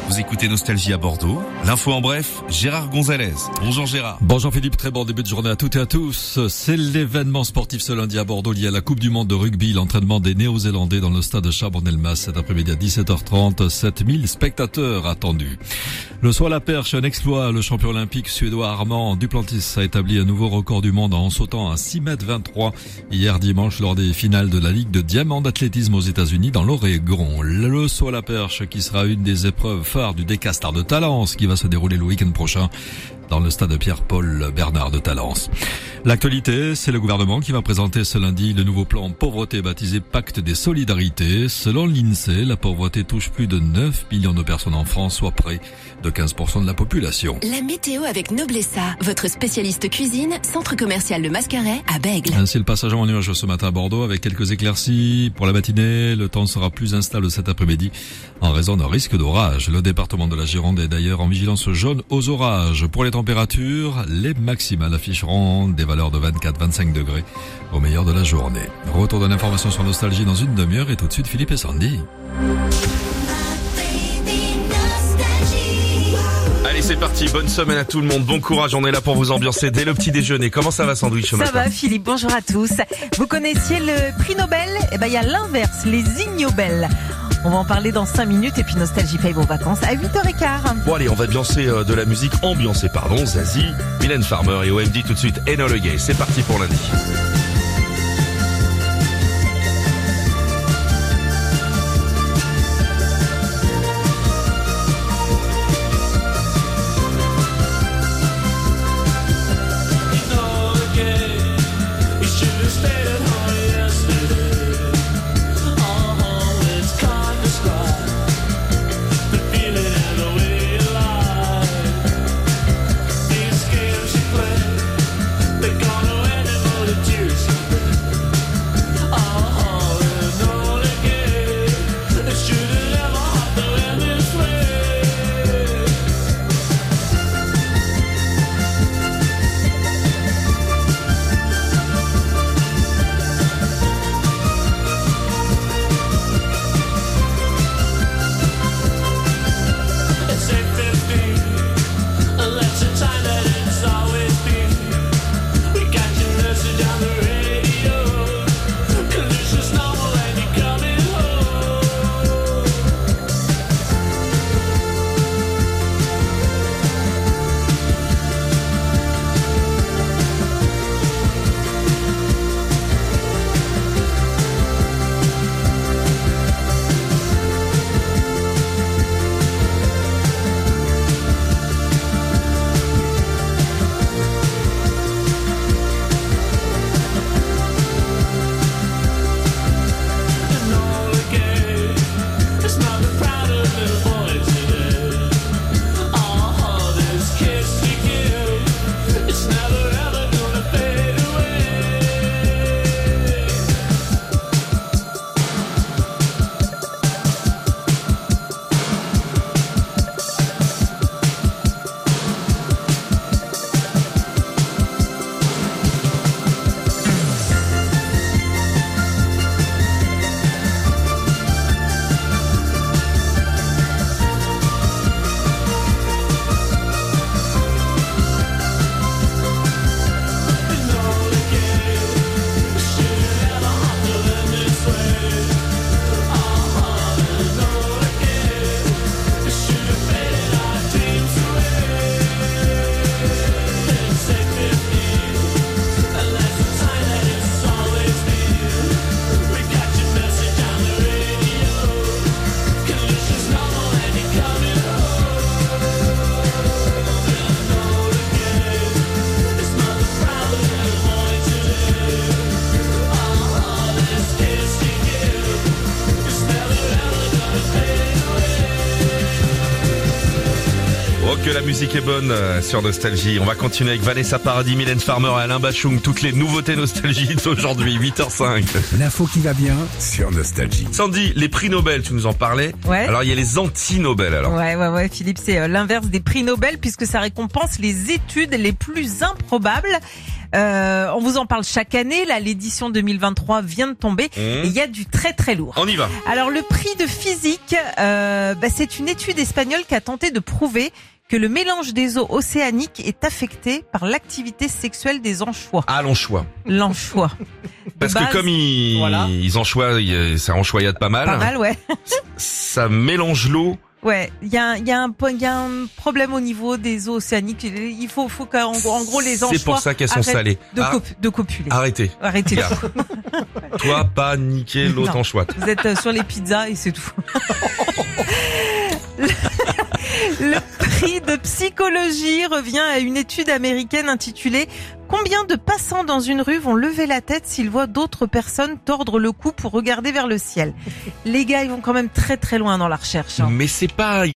Vous écoutez Nostalgie à Bordeaux. L'info en bref, Gérard Gonzalez. Bonjour Gérard. Bonjour Philippe, très bon début de journée à toutes et à tous. C'est l'événement sportif ce lundi à Bordeaux lié à la Coupe du Monde de rugby, l'entraînement des Néo-Zélandais dans le stade Charbonnet-le-Mas cet après-midi à 17h30. 7000 spectateurs attendus. Le saut à la perche, un exploit. Le champion olympique suédois Armand Duplantis a établi un nouveau record du monde en sautant à 6,23 m hier dimanche lors des finales de la Ligue de diamant d'athlétisme aux États-Unis dans l'Oregon. Le saut à la perche qui sera une des épreuves phares du DK Star de Talence qui va se dérouler le week-end prochain dans le stade Pierre-Paul Bernard de Talence. L'actualité, c'est le gouvernement qui va présenter ce lundi le nouveau plan pauvreté baptisé Pacte des solidarités. Selon l'INSEE, la pauvreté touche plus de 9 millions de personnes en France, soit près de 15% de la population. La météo avec Noblessa, votre spécialiste cuisine, centre commercial Le Mascaret à Bègle. Ainsi le passage en nuage ce matin à Bordeaux avec quelques éclaircies. Pour la matinée, le temps sera plus instable cet après-midi en raison d'un risque d'orage. Le département de la Gironde est d'ailleurs en vigilance jaune aux orages. Pour les températures, les maximales afficheront des valeurs de 24-25 degrés au meilleur de la journée. Retour de l'information sur Nostalgie dans une demi-heure et tout de suite Philippe et Sandy. Allez, c'est parti. Bonne semaine à tout le monde. Bon courage. On est là pour vous ambiancer dès le petit déjeuner. Comment ça va, Sandwich, ce matin? Ça va, Philippe. Bonjour à tous. Vous connaissiez le prix Nobel? Eh ben, il y a l'inverse, les ignobels. On va en parler dans 5 minutes et puis Nostalgie paye vos vacances à 8h15. Bon, allez, on va ambiancer de la musique. Zazie, Mylène Farmer et OMD tout de suite. Enola Gay. C'est parti pour lundi. Que la musique est bonne sur Nostalgie. On va continuer avec Vanessa Paradis, Mylène Farmer et Alain Bachung. Toutes les nouveautés Nostalgie d'aujourd'hui, 8h05. L'info qui va bien sur Nostalgie. Sandy, les prix Nobel, tu nous en parlais. Ouais. Alors il y a les anti-Nobel alors. Ouais, Philippe, c'est l'inverse des prix Nobel puisque ça récompense les études les plus improbables. On vous en parle chaque année. Là, l'édition 2023 vient de tomber. Et il y a du très très lourd. On y va. Alors le prix de physique, c'est une étude espagnole qui a tenté de prouver que le mélange des eaux océaniques est affecté par l'activité sexuelle des anchois. Ah, l'anchois. L'anchois. Parce que comme ils anchoient, ça anchoyade pas mal. Pas mal, ouais. Ça mélange l'eau. Ouais, il y a un problème au niveau des eaux océaniques. Il faut qu'en gros les anchois. C'est pour ça qu'elles sont salées. De copuler. Arrêtez. Toi, pas niquer l'autre anchoite. Vous êtes sur les pizzas et c'est tout. Le prix de psychologie revient à une étude américaine intitulée « Combien de passants dans une rue vont lever la tête s'ils voient d'autres personnes tordre le cou pour regarder vers le ciel ?» Les gars, ils vont quand même très très loin dans la recherche. Mais c'est pas...